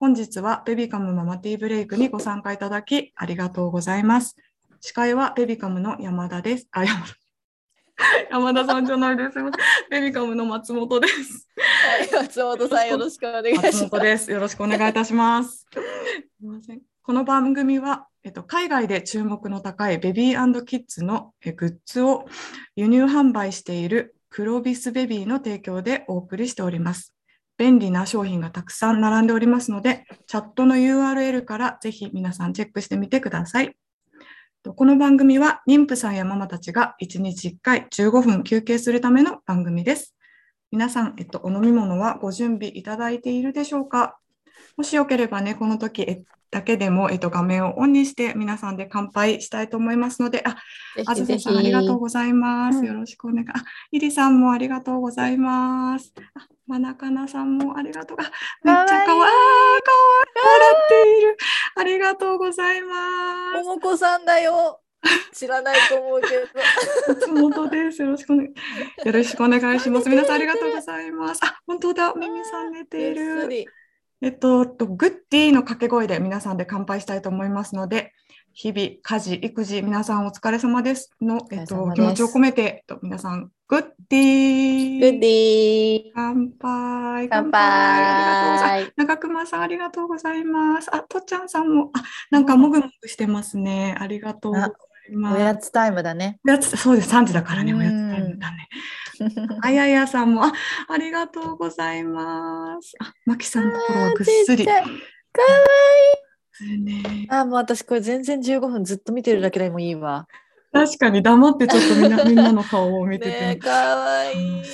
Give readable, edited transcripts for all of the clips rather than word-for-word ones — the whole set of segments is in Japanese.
本日はベビカムママティーブレイクにご参加いただきありがとうございます。司会はベビカムの山田です。山田さんじゃないです。ベビカムの松本です。 はい、松本さんよろしくお願いします。 松本です。よろしくお願いいたします。すみません。この番組は、海外で注目の高いベビー&キッズのグッズを輸入販売しているクロビスベビーの提供でお送りしております。便利な商品がたくさん並んでおりますので、チャットの URL からぜひ皆さんチェックしてみてください。この番組は妊婦さんやママたちが1日1回15分休憩するための番組です。皆さん、お飲み物はご準備いただいているでしょうか？もしよければね、この時だけでも、画面をオンにして皆さんで乾杯したいと思いますので、あずささんありがとうございます。よろしくお願い。いりさんもありがとうございます。まなかなさんもありがとう。めっちゃかわいい。笑っている。ありがとうございます。 ももこさんだよ。知らないと思うけど。 松本です。よろしくお願いします。皆さんありがとうございます。本当だ。ミミさん寝ている。グッディの掛け声で皆さんで乾杯したいと思いますので、日々、家事、育児、皆さんお疲れ様ですの、気持ちを込めて、皆さん、グッディグッディ乾杯。 乾杯。 ありがとうございます。長熊さん、ありがとうございます。とっちゃんさんも、なんかもぐもぐしてますね。ありがとうございます。 おやつタイムだね。 そうです、3時だからね、おやつタイムだね。あややさんも、ありがとうございます。まきさんのところはぐっすり。 かわいい。 ね、 もう私これ全然15分ずっと見てるだけでもいいわ。 確かに黙ってちょっとみんなの顔を見ててかわいい。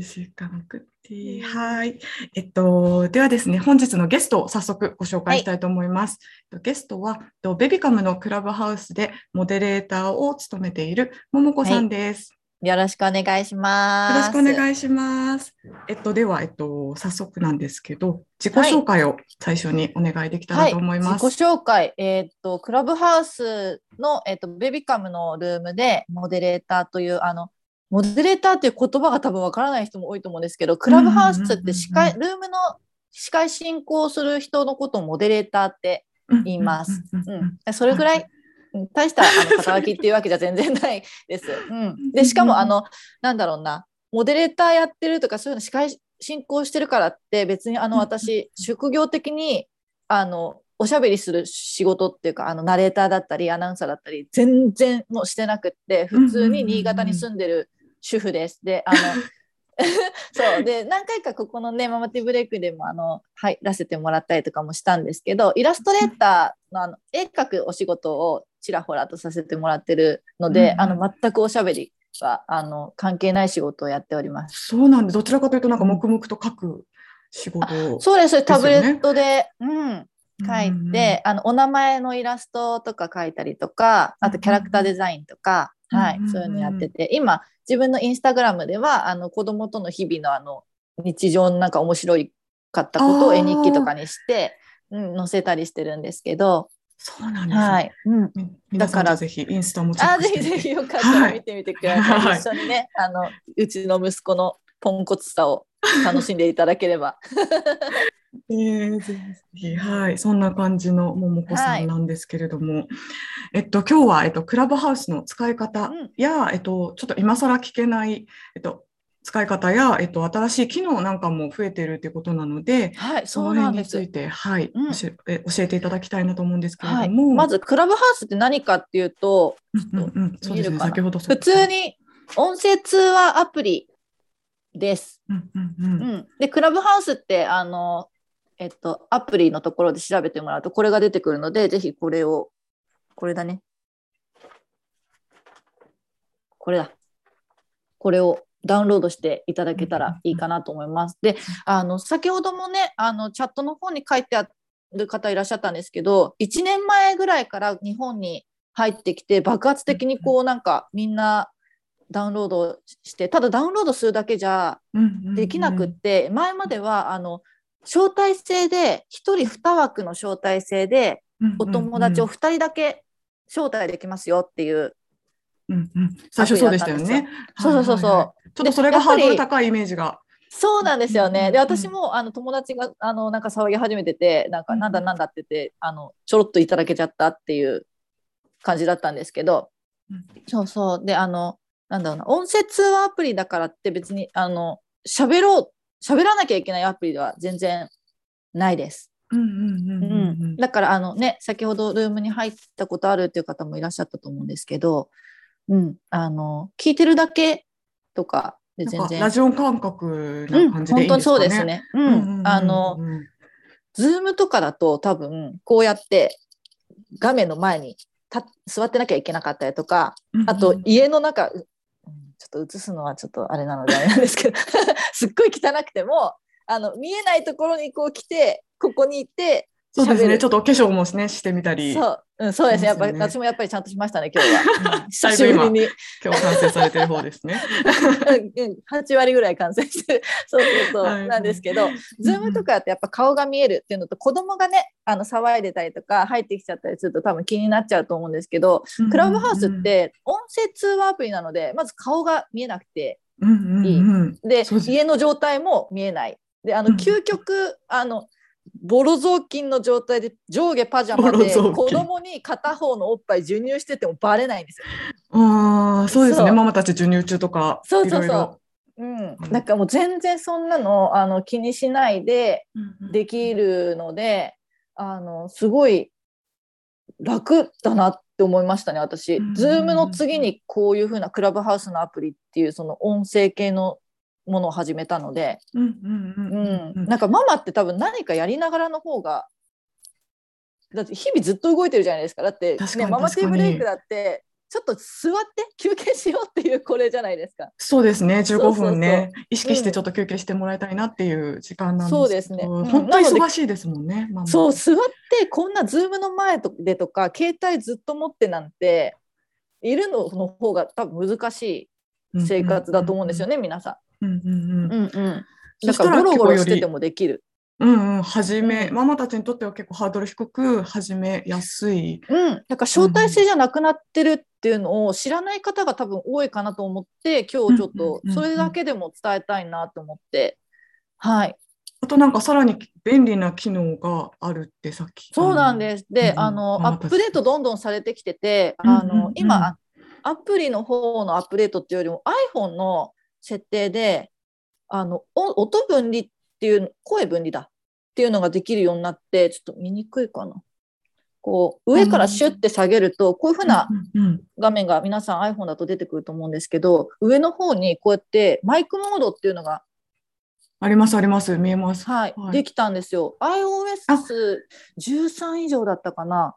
はい。ではですね、本日のゲストを早速ご紹介したいと思います。ゲストは、ベビカムのクラブハウスでモデレーターを務めているももこさんです。 よろしくお願いします。 よろしくお願いします。では、早速なんですけど、自己紹介を最初にお願いできたらと思います。 自己紹介。クラブハウスの、ベビカムのルームでモデレーターという、モデレーターっていう言葉が多分わからない人も多いと思うんですけど、クラブハウスってルームの司会進行する人のことをモデレーターって言います。それぐらい大した肩書きっていうわけじゃ全然ないです。でしかもなんだろうな、モデレーターやってるとかそういうの司会進行してるからって別に私職業的におしゃべりする仕事っていうかナレーターだったりアナウンサーだったり全然もうしてなくって普通に新潟に住んでる主婦です。でそうで何回かここのねママティブレイクでも入らせてもらったりとかもしたんですけど、イラストレーターの絵描くお仕事をちらほらとさせてもらってるので、全くおしゃべりは関係ない仕事をやっております。 そうなんです。どちらかというとなんか黙々と書く仕事ですよね。 そうです。タブレットで、書いて、お名前のイラストとか書いたりとか、あとキャラクターデザインとか、そういうのやってて、今自分のインスタグラムでは子供との日々の日常のなんか面白かったことを絵日記とかにして、載せたりしてるんですけど。 そうなんですね。だからぜひインスタもチェックしてみて。 ぜひよかったら見てみてください。一緒にねうちの息子のポンコツさを楽しんでいただければ。 ぜひ、そんな感じのももこさんなんですけれども、今日は、クラブハウスの使い方や、ちょっと今更聞けない、使い方や、新しい機能なんかも増えているということなので、その辺について、教えていただきたいなと思うんですけれども。 まず、クラブハウスって何かっていうと、 そうですね、先ほど普通に音声通話アプリです。で、クラブハウスってアプリのところで調べてもらうとこれが出てくるので、ぜひこれだね。これをダウンロードしていただけたらいいかなと思います。で、先ほどもね、チャットの方に書いてある方いらっしゃったんですけど、1年前ぐらいから日本に入ってきて、爆発的になんかみんなダウンロードして、ただダウンロードするだけじゃできなくって、前までは招待制で1人2枠の招待制でお友達を2人だけ招待できますよっていう最初そうでしたよね。 そう。 ちょっとそれがハードル高いイメージがそうなんですよね。で、私うんも友達がなんか騒ぎ始めてて、なんかうんなんだなんだって言ってちょろっといただけちゃったっていう感じだったんですけど、 うんそうそう。で、なんだろうな、音声通話アプリだからって別に喋ろう、喋らなきゃいけないアプリでは全然ないです。 うんうんうん。 うんだからね、先ほどルームに入ったことあるっていう方もいらっしゃったと思うんですけど、うん、聞いてるだけとかでなんかラ全然、 ジオ感覚なうん、 感じでいいん本当にそうですかね。 ですね。うん、 うんうんうんうんズームとかだと多分こうやって画面の前に座ってなきゃいけなかったりとか、 うんあと家の中、ちょっと映すのはちょっとあれなのであれなんですけどすっごい汚くても見えないところにこう来てここにいてそうですね。ち喋る。 ょっとお化粧もね、してみたりそう、うん、そうですね。やっぱりしますよね。 私もやっぱりちゃんとしましたね、今日は。うん、久だいぶ今、 しぶりに。 今日完成されてる方ですね。 8割ぐらい完成してる。そうそうそはい。 う。なんですけど、ズームとうんかってやっぱ顔が見えるっていうのと、子供がね、騒いでたりとか入ってきちゃったりすると多分気になっちゃうと思うんですけど、 うんクラブハウスって音声通話アプリなので、まず顔が見えなくてうんうんいい。 うん。 で、 そうです。 家の状態も見えない。で、 うん究極、ボロ雑巾の状態で上下パジャボロマで雑巾。 子供に片方のおっぱい授乳しててもバレないんですよ。 ああ、そうですね。 そうママたち授乳中とか、 そういろいろ。 そうそう。うん、なんかもう全然そんなの気にしないでできるので、すごい楽だなって思いましたね、私。ズームの次にこういう風なクラブハウスのアプリっていうその音声系のものを始めたので、なんかママって多分何かやりながらの方が、だって日々ずっと動いてるじゃないですか。だってね、 確かにママティー確かに。 ブレイクだってちょっと座って休憩しようっていうこれじゃないですか。 そうですね。15 そうそうそ分ね、意う。うん、 識してちょっと休憩してもらいたいなっていう時間なんですそうですね。 けど、 うん、 本当なので、 忙しいですもんね、ママ。 そう、座ってこんなズームの前でとか、携帯ずっと持ってなんて、いるのの方が多分難しい生活だと思うんですよね、皆さん。うんうん。だからゴロそしたら結ゴロしてて構より、 もできる。 ママたちにとっては結構ハードル低く始めやすい。 うん。だから招待制じゃなくなってるっていうのを知らない方が多分多いかなと思って、今日ちょっとそれだけでも伝えたいなと思って。はい。 あとなんかさらに便利な機能があるってさっき。 そうなんです。で、アッママたち。 プデートどんどんされてきてて、今、アプリの方のアップデートっていうよりも iPhone の設定で、音分離っていう、声分離だっていうのができるようになって、ちょっと見にくいかな。こう、上からシュッて下げると、こういうふうな画面が皆さん iPhone だと出てくると思うんですけど、上の方にこうやってマイクモードっていうのがあります、あります。見えます。 はい、できたんですよ。iOS13 以上だったかな。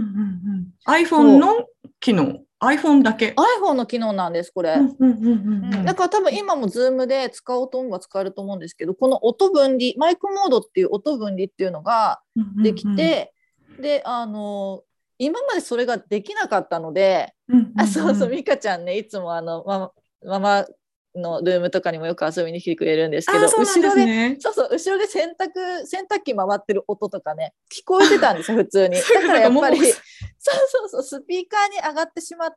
iPhone の機能、iPhone だけ。 iPhone の機能なんです、これ。だから多分今も Zoom で使おうと思えば使えると思うんですけど、この音分離、マイクモードっていう音分離っていうのができて、で、今までそれができなかったので、そうそう、美香ちゃんね、いつもママのルームとかにもよく遊びに来てくれるんですけど、後ろで洗濯機回ってる音とかね、聞こえてたんですよ、普通に。だからやっぱり、そう、スピーカーに上がってしまって、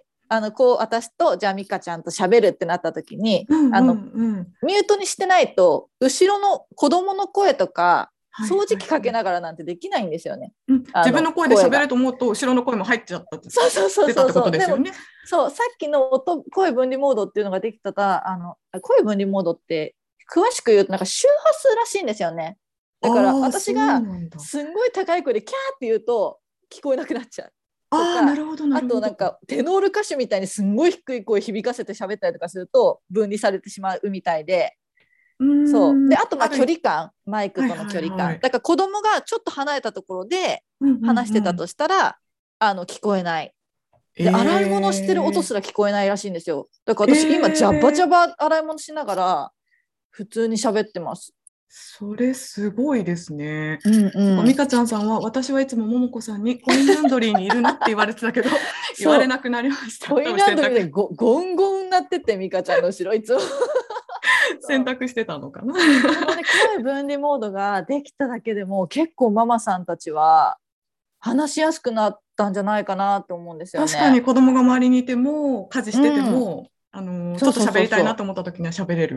こう私とじゃあ美香ちゃんと喋るってなった時に、ミュートにしてないと後ろの子供の声とか掃除機かけながらなんてできないんですよね。 自分の声で喋ると思うと後ろの声も入っちゃったってことですよね。 そう、さっきの声分離モードっていうのができたら、声分離モードって詳しく言うとなんか周波数らしいんですよね。だから私がすんごい高い声でキャーって言うと聞こえなくなっちゃう。あとなんかテノール歌手みたいにすんごい低い声響かせて喋ったりとかすると分離されてしまうみたいで、そうで、あと距離感、マイクとの距離感、だから子供がちょっと離れたところで話してたとしたら、聞こえないで、洗い物してる音すら聞こえないらしいんですよ。だから私今ジャバジャバ洗い物しながら普通に喋ってます。 それすごいですね。美香ちゃんさんは、私はいつも桃子さんにコインランドリーにいるのって言われてたけど言われなくなりました。 コインランドリーでゴンゴンなってて、美香ちゃんの後ろいつも洗濯してたのかな。 声分離モードができただけでも結構ママさんたちは話しやすくなったんじゃないかなと思うんですよね。 確かに子供が周りにいても家事してても、ちょっと喋りたいなと思った時には喋れる。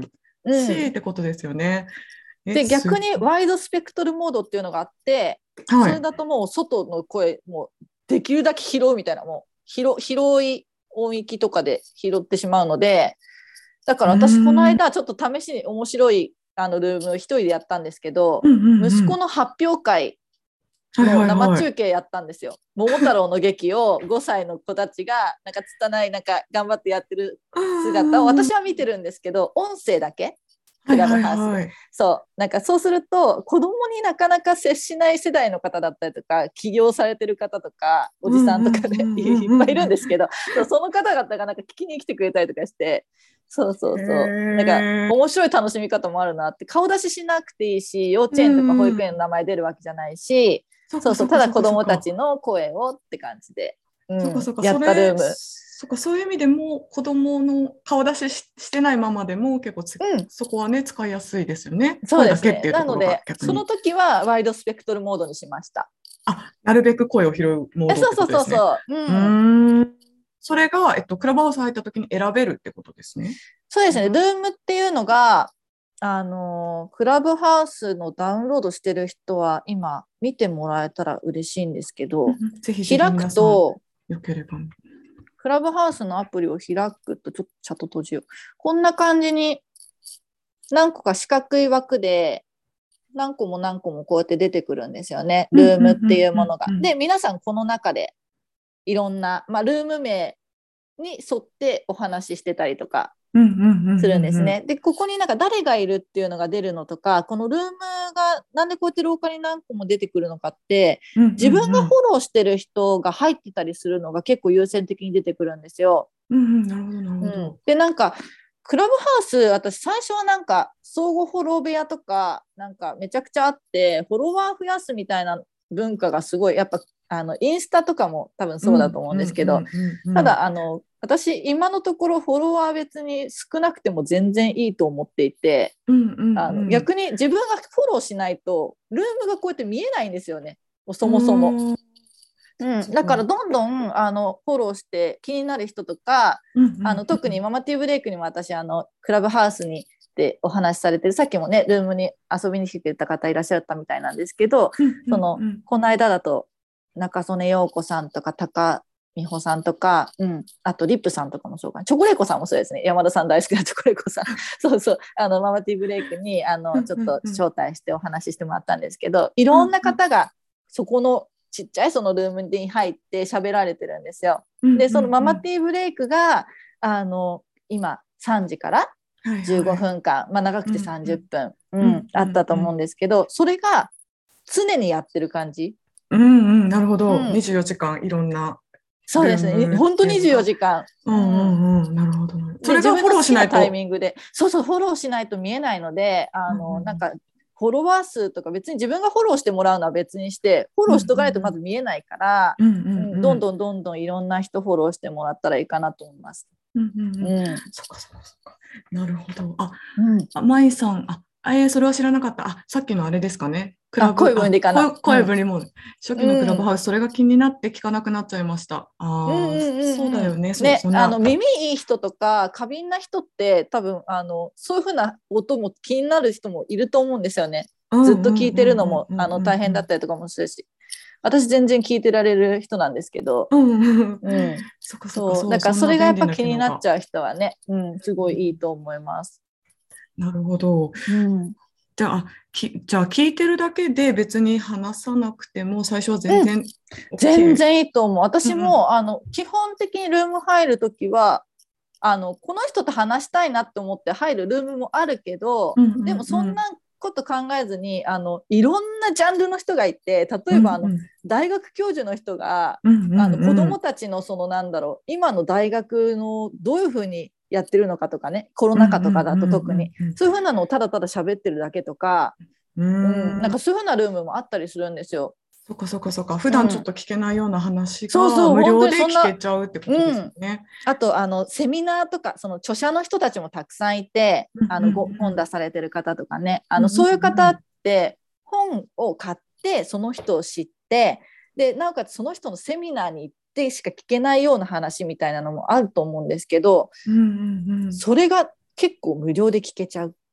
しってことですよね。 で逆にワイドスペクトルモードっていうのがあって、それだともう外の声もできるだけ拾うみたいな、もう広い音域とかで拾ってしまうので、だから私この間ちょっと試しに面白いルーム一人でやったんですけど、息子の発表会の生中継やったんですよ。桃太郎の劇を5歳の子たちがなんか拙いなんか頑張ってやってる姿を私は見てるんですけど、音声だけクラブハウスで、なんかそうすると子供になかなか接しない世代の方だったりとか、起業されてる方とかおじさんとかでいっぱいいるんですけど、その方々がなんか聞きに来てくれたりとかして、なんか面白い楽しみ方もあるなって。顔出ししなくていいし、幼稚園とか保育園の名前出るわけじゃないし、ただ子供たちの声をって感じで、やったルーム。 そういう意味でも子供の顔出ししてないままでも結構そこはね使いやすいですよね。 そうですね。なのでその時はワイドスペクトルモードにしました。 なるべく声を拾うモードってことですね。それが、クラブハウス入った時に選べるってことですね。 そうですね。ルームっていうのがクラブハウスのダウンロードしてる人は今見てもらえたら嬉しいんですけど、 ぜひ開くとよければクラブハウスのアプリを開くと、ちょっとチャット閉じよう。こんな感じに何個か四角い枠で何個もこうやって出てくるんですよね。ルームっていうものが。で、皆さんこの中でいろんな、ルーム名に沿ってお話ししてたりとかするんですね。で、ここになんか誰がいるっていうのが出るのとか、このルームがなんでこうやって廊下に何個も出てくるのかって、自分がフォローしてる人が入ってたりするのが結構優先的に出てくるんですよ。 なるほどなるほど。 で、なんかクラブハウス、私最初はなんか相互フォロー部屋とかなんかめちゃくちゃあって、フォロワー増やすみたいな文化がすごい、やっぱインスタとかも多分そうだと思うんですけど、ただ私今のところフォロワー別に少なくても全然いいと思っていて、逆に自分がフォローしないとルームがこうやって見えないんですよね、そもそも。だからどんどんフォローして気になる人とか、特にママティーブレイクにも私クラブハウスにでお話しされてる、さっきもねルームに遊びに来てくれた方いらっしゃったみたいなんですけど、この間だと中曽根陽子さんとか高美穂さんとか、あとリップさんとかもそうかな、チョコレーコさんもそうですね、山田さん大好きなチョコレーコさんママティーブレイクにちょっと招待してお話ししてもらったんですけど、いろんな方がそこのちっちゃいそのルームに入って喋られてるんですよ。でそのママティーブレイクが今3時から15分間、長くて30分、あったと思うんですけど、それが常にやってる感じ。 なるほど、24時間いろんな。 そうですね、本当24時間。 なるほど。それがフォローしないとタイミングで、フォローしないと見えないので、なんかフォロワー数とか別に自分がフォローしてもらうのは別にして、フォローしとかないとまず見えないから、どんどんいろんな人フォローしてもらったらいいかなと思います。 そっか。なるほど。まいさん、それは知らなかった。さっきのあれですかね。 声分離かな。 声分離も、初期のクラブハウス、それが気になって聞かなくなっちゃいました。そうだよね。 耳いい人とか過敏な人って多分そういうふうな音も気になる人もいると思うんですよね。ずっと聞いてるのも大変だったりとかもするし、私全然聞いてられる人なんですけど、だからそれがやっぱ気になっちゃう人はね、すごいいいと思います。 なるほど。じゃあ聞いてるだけで別に話さなくても最初は全然、 全然いいと思う。私も基本的にルーム入るときはこの人と話したいなって思って入るルームもあるけど、でもそんなこと考えずにいろんなジャンルの人がいて、例えば大学教授の人が子どもたちの今の大学のどういうふうにやってるのかとかね、コロナ禍とかだと特にそういうふうなのをただただ喋ってるだけとか、なんかそういうふうなルームもあったりするんですよ。 そっか。普段ちょっと聞けないような話が無料で聞けちゃうってことですよね。 あとセミナーとかその著者の人たちもたくさんいて、本出されてる方とかね、そういう方って本を買ってその人を知って、でなおかつその人のセミナーに行ってしか聞けないような話みたいなのもあると思うんですけど、それが結構無料で聞けちゃうっ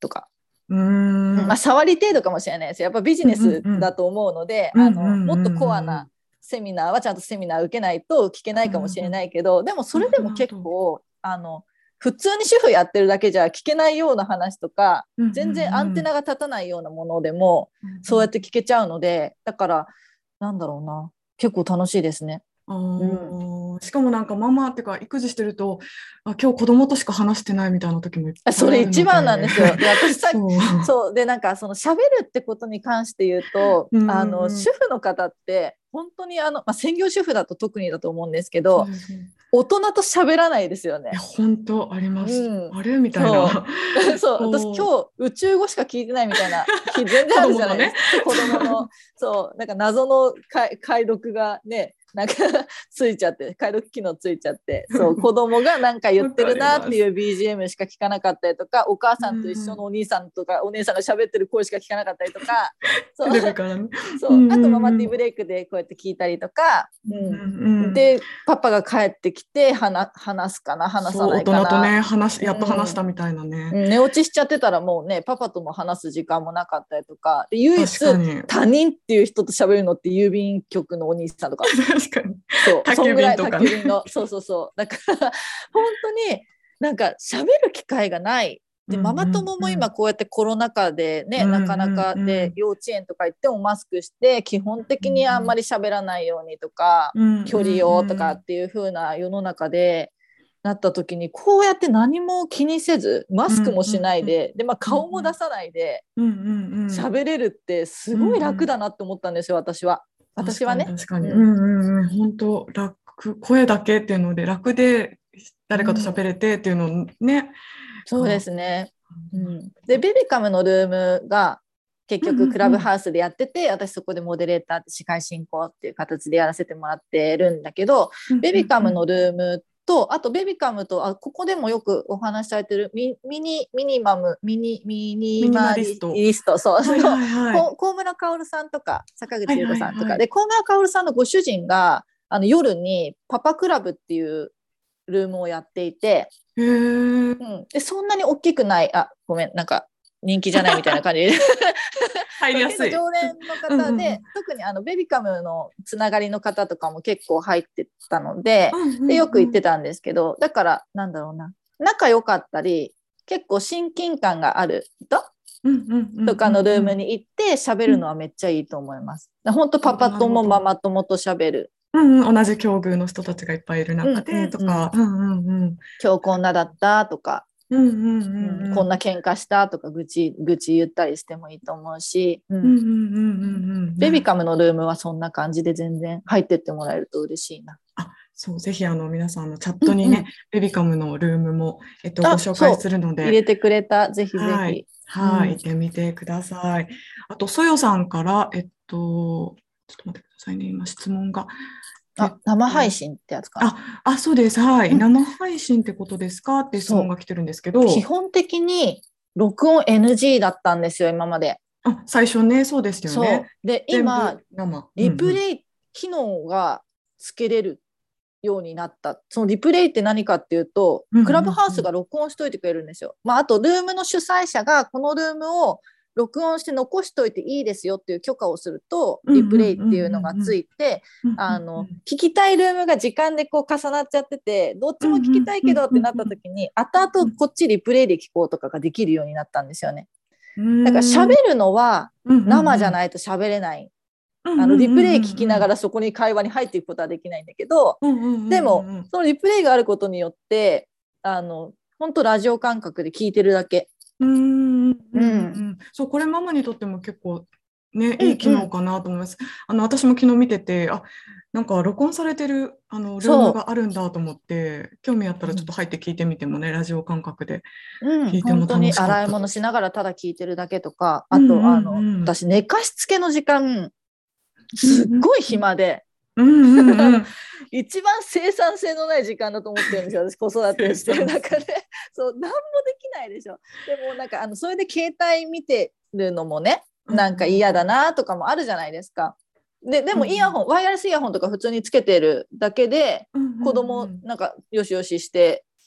とか、 まあ、触り程度かもしれないですよ。やっぱビジネスだと思うので、もっとコアなセミナーはちゃんとセミナー受けないと聞けないかもしれないけど、でもそれでも結構普通に主婦やってるだけじゃ聞けないような話とか、全然アンテナが立たないようなものでもそうやって聞けちゃうので、だからなんだろうな、結構楽しいですね。 しかもなんかママっていうか育児してると、今日子供としか話してないみたいな時もいっぱいあるので。 それ一番なんですよ。で、私さそうで、なんかその喋るってことに関して言うと、主婦の方って本当に専業主婦だと特にだと思うんですけど、大人と喋らないですよね。 本当あります。あれみたいな。 そう私今日宇宙語しか聞いてないみたいな日全然あるじゃないですか。子供のそうなんか謎の解読がね、なんかついちゃって、解読機能ついちゃって、そう子供がなんか言ってるなっていう BGM しか聞かなかったりとか、お母さんと一緒のお兄さんとかお姉さんが喋ってる声しか聞かなかったりとか、そうあとママティーブレイクでこうやって聞いたりとか、でパパが帰ってきて話すかな話さないかな、 大人とねやっと話したみたいなね、 寝落ちしちゃってたらもうねパパとも話す時間もなかったりとかで、唯一他人っていう人と喋るのって郵便局のお兄さんとか確かにそうそんぐらい宅急便のそうだから本当になんか喋る機会がないで、ママ友も今こうやってコロナ禍でね、なかなかで幼稚園とか行ってもマスクして基本的にあんまり喋らないようにとか、距離をとかっていう風な世の中でなった時に、こうやって何も気にせずマスクもしないで、で、顔も出さないで喋れるってすごい楽だなって思ったんですよ、私はね。 確かに本当楽、声だけっていうので楽で誰かと喋れてっていうのね、 そうですね。でベビカムのルームが結局クラブハウスでやってて、私そこでモデレーターって司会進行っていう形でやらせてもらってるんだけど、ベビカムのルームと、あとベビカムとここでもよくお話しされてるミニマリスト、そう高村薫さんとか坂口優子さんとかで、高村薫さんのご主人が夜にパパクラブっていうルームをやっていて、でそんなに大きくない、ごめんなんか人気じゃないみたいな感じで入りやすい常連の方で、特にベビカムのつながりの方とかも結構入ってたので、でよく行ってたんですけど、だからなんだろうな、仲良かったり結構親近感がある人とかのルームに行って喋るのはめっちゃいいと思います。本当パパ友ママ友と喋る、 同じ境遇の人たちがいっぱいいる中でとか、今日こんなだったとか、こんな喧嘩したとか愚痴言ったりしてもいいと思うし、ベビカムのルームはそんな感じで全然入ってってもらえると嬉しいな。 そう、ぜひ皆さんのチャットにね、ベビカムのルームも、ご紹介するので入れてくれた、ぜひぜひ行ってみてください。あとそよさんからちょっと待ってくださいね、今質問が。 生配信ってやつかな。そうです。はい、生配信ってことですかって質問が来てるんですけど、 基本的に録音 NG だったんですよ、今まで。 最初ね、そうですよね。 で、今リプレイ機能がつけれるようになった。そのリプレイって何かっていうと、クラブハウスが録音しといてくれるんですよ。あとルームの主催者がこのルームを録音して残しといていいですよっていう許可をすると、リプレイっていうのがついて、聞きたいルームが時間でこう重なっちゃってて、どっちも聞きたいけどってなった時に、後々こっちリプレイで聞こうとかができるようになったんですよね。だから喋るのは生じゃないと喋れない。リプレイ聞きながらそこに会話に入っていくことはできないんだけど、でもそのリプレイがあることによって本当ラジオ感覚で聞いてるだけ。 そう、これママにとっても結構ね、いい機能かなと思います。私も昨日見てて、なんか録音されてるルームがあるんだと思って、興味あったらちょっと入って聞いてみてもね、ラジオ感覚で聞いても楽しかった。 本当に洗い物しながらただ聞いてるだけとか、あと私寝かしつけの時間すっごい暇で、一番生産性のない時間だと思ってるんですよ、私子育てしてる中で。そう何もできないでしょ。でもなんかそれで携帯見てるのもね、なんか嫌だなとかもあるじゃないですか。でもイヤホン、ワイヤレスイヤホンとか普通につけてるだけで、子供なんかよしよしして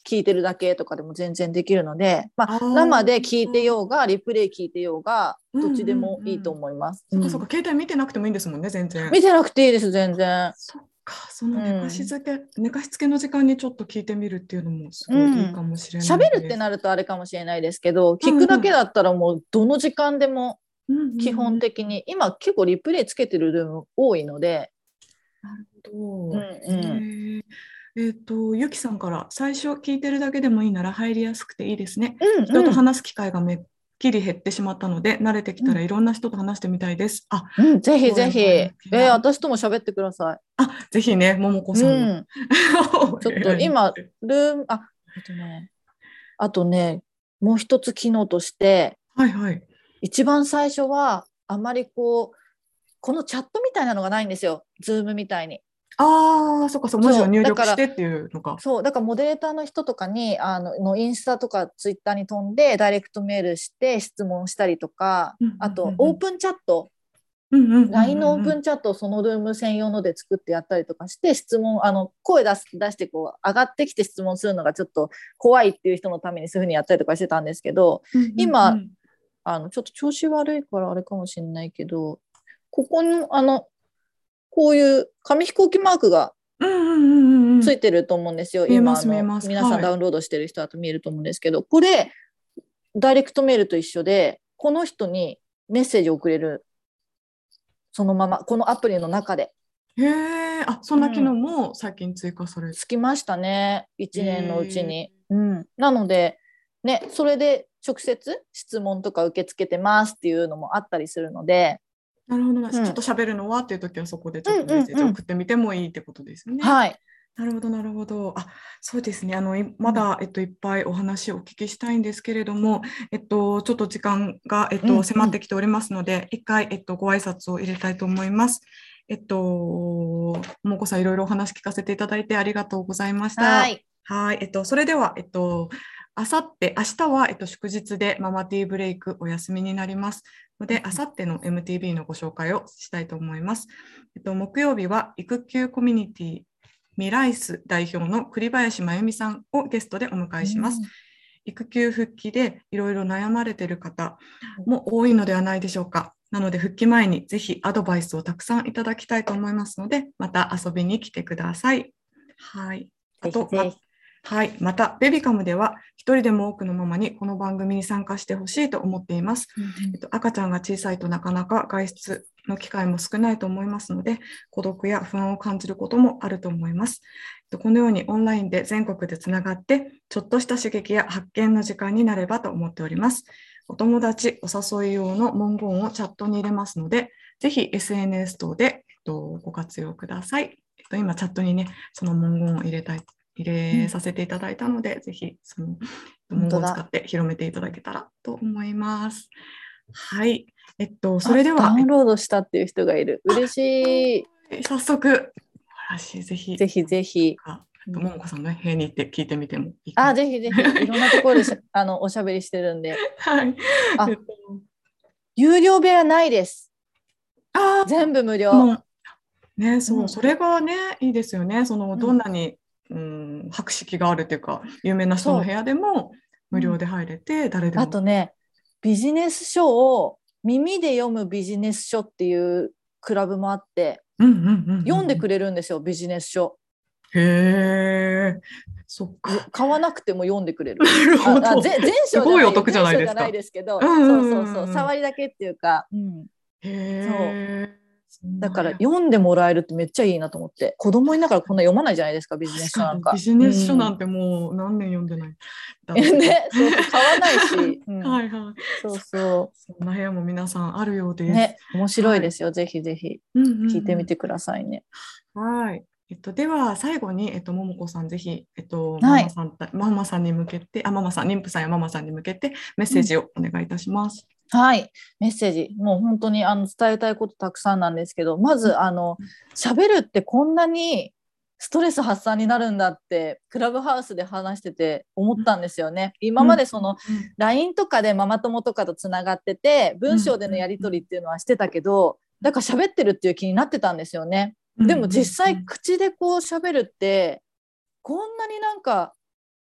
聞いてるだけとかでも全然できるので、まあ、 あ生でー聞いてようがリプレイ聞いてようがどっちでうんうんもいいとうん。 思います。 そっかそっか、携帯見てなくてもいいんですもんね、全然。 見てなくていいです全然。 そっか、そのうん、 寝かしつけの時間にちょっと聞いてみるっていうのもすうごいいいん、 かもしれ喋ないです。 るってなるとあれかもしれないですけど、聞くうんうん。 だけだったらもうどの時間でもうんうん基本うん。 的に今結構リプレイつけてるルーム多いので、 なるうんほど。 うん、 ゆきさんから最初聞いてるだけでもいいなら入りやすくていいですね。 うん人とうん話す機会がめっきり減ってしまったので、慣れてきうんたらいろんな人と話してみたいです。あ、 うん、ぜひぜひ、 すごい前向きな。 私とも喋ってくださあ、ぜひね、ももこい。 さんのうん、 おちょっ部屋に。 と今、ルーム、あとね、もう一つ機能として、 はいはい。 一番最初は、あまりこのチャットみたいなのがないんですよ。ズームみたいに。 ああ、そっかそう、文字をそう、 入だから、 力してっていうのか。 そう、だからモデレーターの人とかに、のインスタとかツイッターに飛んで、ダイレクトメールして質問したりとか、 うんあと、 うんオープンチャット、 うんうんうんうん LINE のオーうんうん。 プンチャットをそのルーム専用ので作ってやったりとかして、質問、声出して上がってきて質問するのがちょっと怖いっていう人のためにそういうふうにやったりとかしてたんですけど、 うんうんう今、 ん。 ちょっと調子悪いからあれかもしれないけど、ここに、こういう紙飛行機マークがうんうんうんうんうん。 ついてると思うんですよ。 見えま今、 す見えます。 皆さんはい。 ダウンロードしてる人だと見えると思うんですけど、これ、ダイレクトメールと一緒で、この人にメッセージを送れる、そのまま、このアプリの中で。 へえ、あ、そんな機能うん。 も最近追加されて。 つきましたね。 へ 1年のうちに。 え。 うん。なので、ね、それで直接質問とか受け付けてますっていうのもあったりするので、 なるほどな。ちうん。 ょっと喋るのはっていう時はそこでちょっうんとメッセージをうんうん。 送ってみてもいいってことですよね。 はい。 なるほど、なるほど。あ、そうですね。 うん。 まだ、いっぱいお話をお聞きしたいんですけれども、ちょっと時間が、 うんうん。 迫ってきておりますので、一回、ご挨拶を入れたいと思います。ももこさん、いろいろお話聞かせていただいてありがとうございました。 はい。 はい。それでは、あさって、明日は、祝日でママティーブレイクお休みになりますので、あさっての MTV のご紹介をしたいと思います。木曜日は育休コミュニティミライス代表の栗林真由美さんをゲストでお迎えします。 うん。 育休復帰でいろいろ悩まれている方も多いのではないでしょうか。なので復帰前にぜひアドバイスをたくさんいただきたいと思いますので、また遊びに来てください。はい。あと、 ぜひぜひ。 はい。また、ベビカムでは、一人でも多くのママにこの番組に参加してほしいと思っています。 うん赤ちゃんが小さいとなかなか外出の機会も少ないと思いますので、孤独や不安を感じることもあると思います。このようにオンラインで全国でつながって、ちょっとした刺激や発見の時間になればと思っております。お友達、お誘い用の文言をチャットに入れますので、ぜひ SNS 等で、ご活用ください。今、チャットにね、その文言を入うん。 れさせていただいたので、ぜひその文言を使本当だ。 って広めていただけたらと思います。はい。それでダは、 ウンロードしたっていう人がいる。嬉しい。 早速、素晴らしい、ぜひ、 ぜひぜひ。 ももこさんの部屋に行って聞いてみてもいいかも。 ぜひぜひ。いろんなところでおしゃべりしてるんで。 はい。 あ、有料部屋ないです。 あ全部無料。 もうね、そう、 うん。 それがね、いいですよね。 うん。 どんなに、博識があるというか、有名な人の部そ屋でもう。うん。 無料で入れて、誰でも。 あとね、ビジネス書を耳で読むビジネス書っていうクラブもあって、 うんうんうんうんうん。 読んでくれるんですよ、ビジネス書。 へえ、そっか。 買わなくても読んでくれる。 なるほど。 全書じゃないよ。 すごいお得じゃ全書じゃないないですか。 ですけど、 うんそうそうそう。 うんうんうん。 触りだけっていうか、うん。 へそう。 え、そんだからなや。 読んでもらえるってめっちゃいいなと思って。子供いながらこんな読まないじゃないですか、ビジネス確かに、ビ書なんか。 ジネス書なうん。 んてもう何年読んでないだろうけど。 ね、そうそう、買わないし。うん。 はいはい。 そうそっか。 そそんな部屋も皆さんあるようう。 です。 ね、面白いはい。 ですよ。ぜひぜひうんうん聞いてみてくださいね。 はい。では、最後に、ももこさん、ぜひ、 はい。 ママさんに向けて、ママさん、妊婦さんやママさんに向けてメッうん。 セージをお願いいたします。 はい。メッセージ。もう本当に伝えたいことたくさんなんですけど、まず喋るってこんなにストレス発散になるんだってクラブハウスで話してて思ったんですよね。今うんまでその LINE とかでママ友とかとつながってて文章でのやり取りっていうのはしてたけど、だから喋ってるっていう気になってたんですよね。 うんでも実うん際口でこう喋るってこんなになんか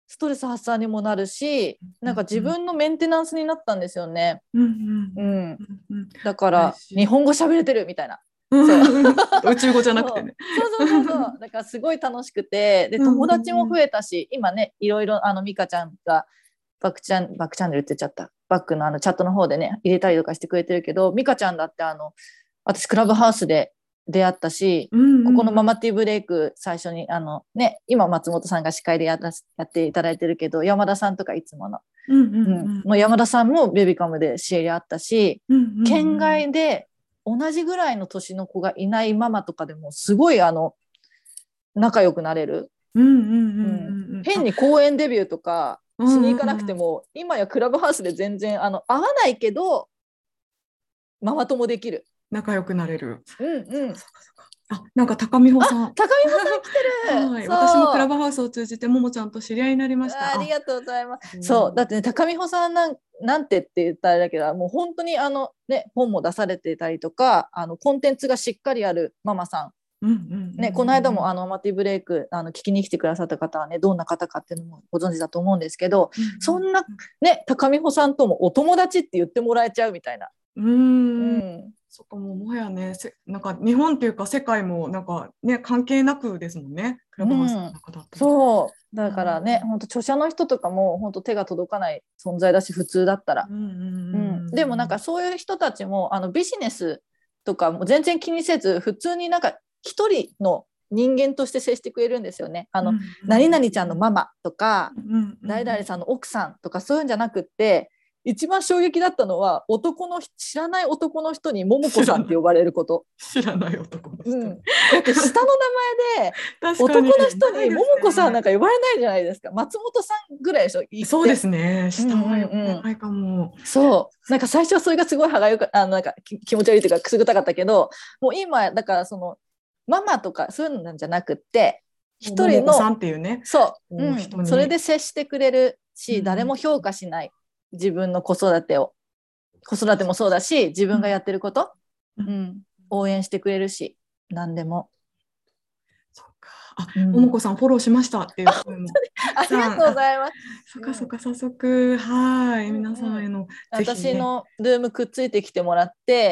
ストレス発散にもなるし、なんか自分のメンテナンスになったんですよね。だから日本語喋れてるみたいな。 宇宙語じゃなくてね。 そうだからすごい楽しくて、で友達も増えたし、今ねいろいろミカちゃんがバックチャンネルって言っちゃった、バックのチャットの方でね入れたりとかしてくれてるけど、ミカちゃんだって私クラブハウスで出会ったし、ここのママティーブレイク最初に今松本さんが司会でやっていただいてるけど、山田さんとかいつもの、もう山田さんもベビカムで知り合ったし、県外で同じぐらいの年の子がいないママとかでもすごい仲良くなれる。変に公演デビューとかしに行かなくても、今やクラブハウスで全然会わないけどママ友できる、 仲良くなれる。なんか高美穂さん。 高美穂さん来てる。 はい、私もクラブハウスを通じてももちゃんと知り合いになりました。 ありがとうございます。そうだってね、高美穂さんなんてって言ったらあれだけど、もう本当に本も出されてたりとか、コンテンツがしっかりあるママさん。この間もママティブレイク聞きに来てくださった方はね、どんな方かっていうのもご存知だと思うんですけど、そんなね高美穂さんともお友達って言ってもらえちゃうみたいな。 そっか、もはやね、なんか日本っていうか世界もなんかね関係なくですもんね、クラブハウスの中だと。 そうだからね、本当著者の人とかも本当手が届かない存在だし、普通だったら。でもなんかそういう人たちもビジネスとかも全然気にせず、普通になんか一人の人間として接してくれるんですよね。何々ちゃんのママとか、誰々さんの奥さんとかそういうんじゃなくって、一番衝撃だったのは知らない男の人にももこさんって呼ばれること。 知らない男の人、 だって下の名前で男の人にももこさんなんか呼ばれないじゃないですか。松本さんぐらいでしょ。 そうですね、下は呼ばれないかも。 そうなんか最初はそれがすごい歯がよくなんか気持ち悪いというかくすぐったかったけど、もう今だからママとかそういうのなんじゃなくって、一人のさんっていうね、 それで接してくれるし、誰も評価しない。自分の子育てもそうだし、自分がやってること、応援してくれるし、何でも。 そうか。ももこさんフォローしましたっていう声も。 ありがとうございます。 そっか早速、皆さんへの私のルームくっついてきてもらって、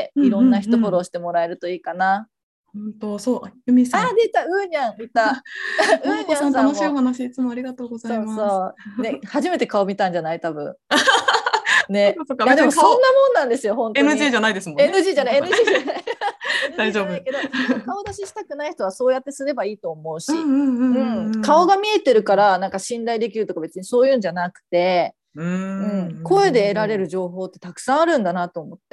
いろんな人フォローしてもらえるといいかな。 本当そう、ゆみさん。 出た、うーにゃんいた。 ももこさん楽しいお話いつもありがとうございます。 ね、初めて顔見たんじゃない多分。ね、でもそんなもんなんですよ本当に。 NG じゃないですもんね。 NG じゃない大丈夫。 顔出ししたくない人はそうやってすればいいと思うし、顔が見えてるからなんか信頼できるとか別にそういうんじゃなくて、声で得られる情報ってたくさんあるんだなと思って。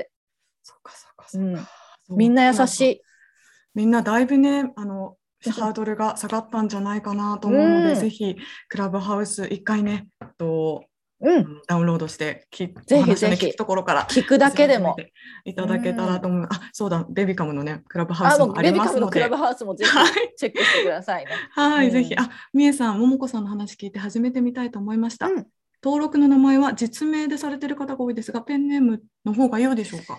みんな優しい。 みんなだいぶねハードルが下がったんじゃないかなと思うので、ぜひクラブハウス一回ねダウンロードしてぜひぜひ聞くところから聞くだけでもいただけたらと思う。そうだ、ベビカムのねクラブハウスもありますので、 ベビカムのクラブハウスもぜひチェックしてくださいね。 はい、ぜひ。みえさん、ももこさんの話聞いて始めてみたいと思いました。登録の名前は実名でされている方が多いですが、ペンネームの方が良いでしょうか？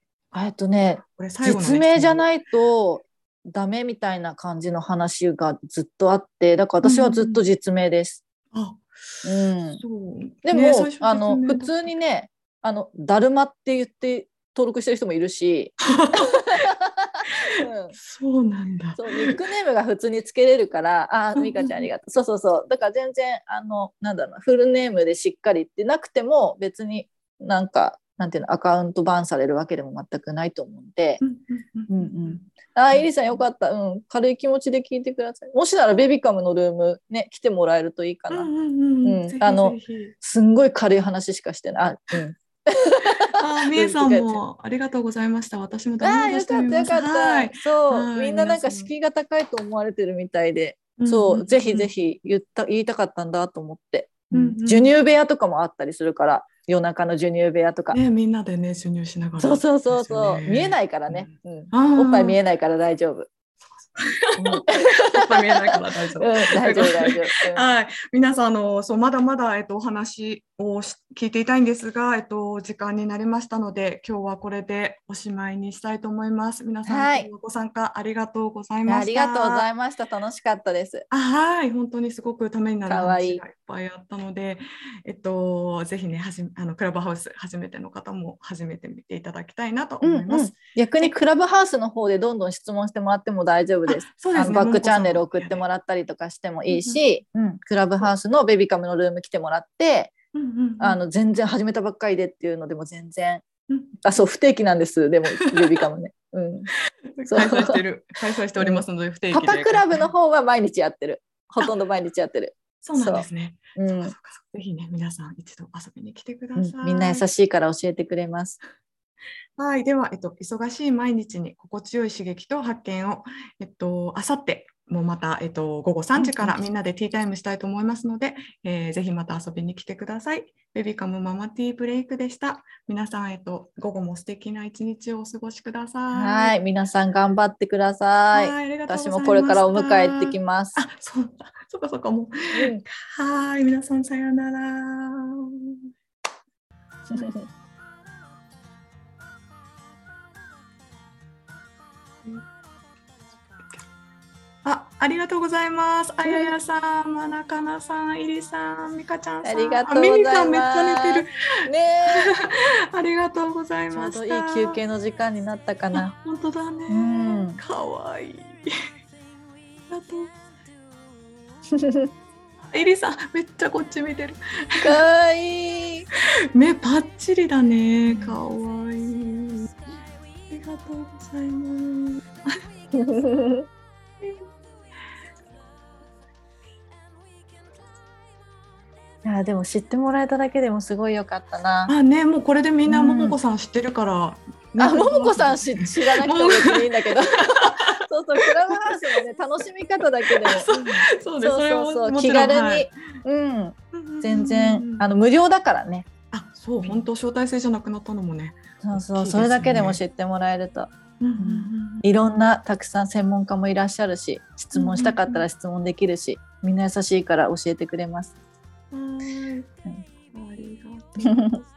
実名じゃないとダメみたいな感じの話がずっとあって、だから私はずっと実名です。でも、普通にねだるまって言って登録してる人もいるしそうなんだ。 ニックネームが普通につけれるからみかちゃんありがとう。そうだから全然なんだろうな、フルネームでしっかりってなくても別になんていうの、アカウントバンされるわけでも全くないと思うんで。イリさんよかった、軽い気持ちで聞いてください。もしならベビカムのルームね来てもらえるといいかな。すんごい軽い話しかしてない。 みえさんもありがとうございました。私もダウンロードしてみます。 よかった。そう、みんななんか敷居が高いと思われてるみたいで、ぜひぜひ言いたかったんだと思って。授乳部屋とかもあったりするから、夜中の授乳部屋とか。 みんなでね授乳しながら。 そう見えないからね。おっぱい見えないから大丈夫。 うんちょっと見えないから大丈夫。 大丈夫大丈夫。 はい、皆さんそうまだまだ、お話を聞いていたいんですが、時間になりましたので、今日はこれでおしまいにしたいと思います。皆さん、 はい、 今日はご参加ありがとうございましありがとうござた。 いました。楽しかったです。 はい、本当にすごくためになるかわいい。 話がいっぱいあったので、ぜひね、クラブハウス初めての方も始めてみていただきたいなと思います。 逆にクラブハウスの方でどんどん質問してもらっても大丈夫です。 そうですね、 バックチャンネル送ってもらったりとかしてもいいし、クラブハウスのベビカムのルーム来てもらって、全然始めたばっかりでっていうのでも全然、そう不定期なんです。でもベビカムね。 開催しておりますので、不定期で。 パパクラブの方は毎日やってる。ほとんど毎日やってる。 そうなんですね。ぜひね、皆さん一度遊びに来てください。 みんな優しいから教えてくれます。 はい、では、忙しい毎日に心地よい刺激と発見を、あさってもまた、午後3時からみんなでティータイムしたいと思いますので、ぜひまた遊びに来てください。ベビカムママティーブレイクでした。皆さん、午後も素敵な一日をお過ごしください。 はい、皆さん頑張ってください。 はい、私もこれからお迎え行ってきます。 そうかもう。はい、皆さんさようなら。ありがとうございます。あややさん、まなかなさん、いりさん、みかちゃんさん。 ありがとうございます。 ミミさんめっちゃ似てる。 ねありがとうございました。 ちょうどいい休憩の時間になったかな。 本当だね。かわいい。ありがとう。いりさん、めっちゃこっち見てる。 かわいい。 目パッチリだね。かわいい。ありがとうございます。 いやでも知ってもらえただけでもすごい良かったな。 もうこれでみんなももこさん知ってるから。 ももこさん知らなくても別にいいんだけど。そうクラブハウスのね楽しみ方だけでも。そう気軽に、全然無料だからね。 そう本当招待制じゃなくなったのもね。 それだけでも知ってもらえると。いろんなたくさん専門家もいらっしゃるし、質問したかったら質問できるし、みんな優しいから教えてくれます。 ありがとう。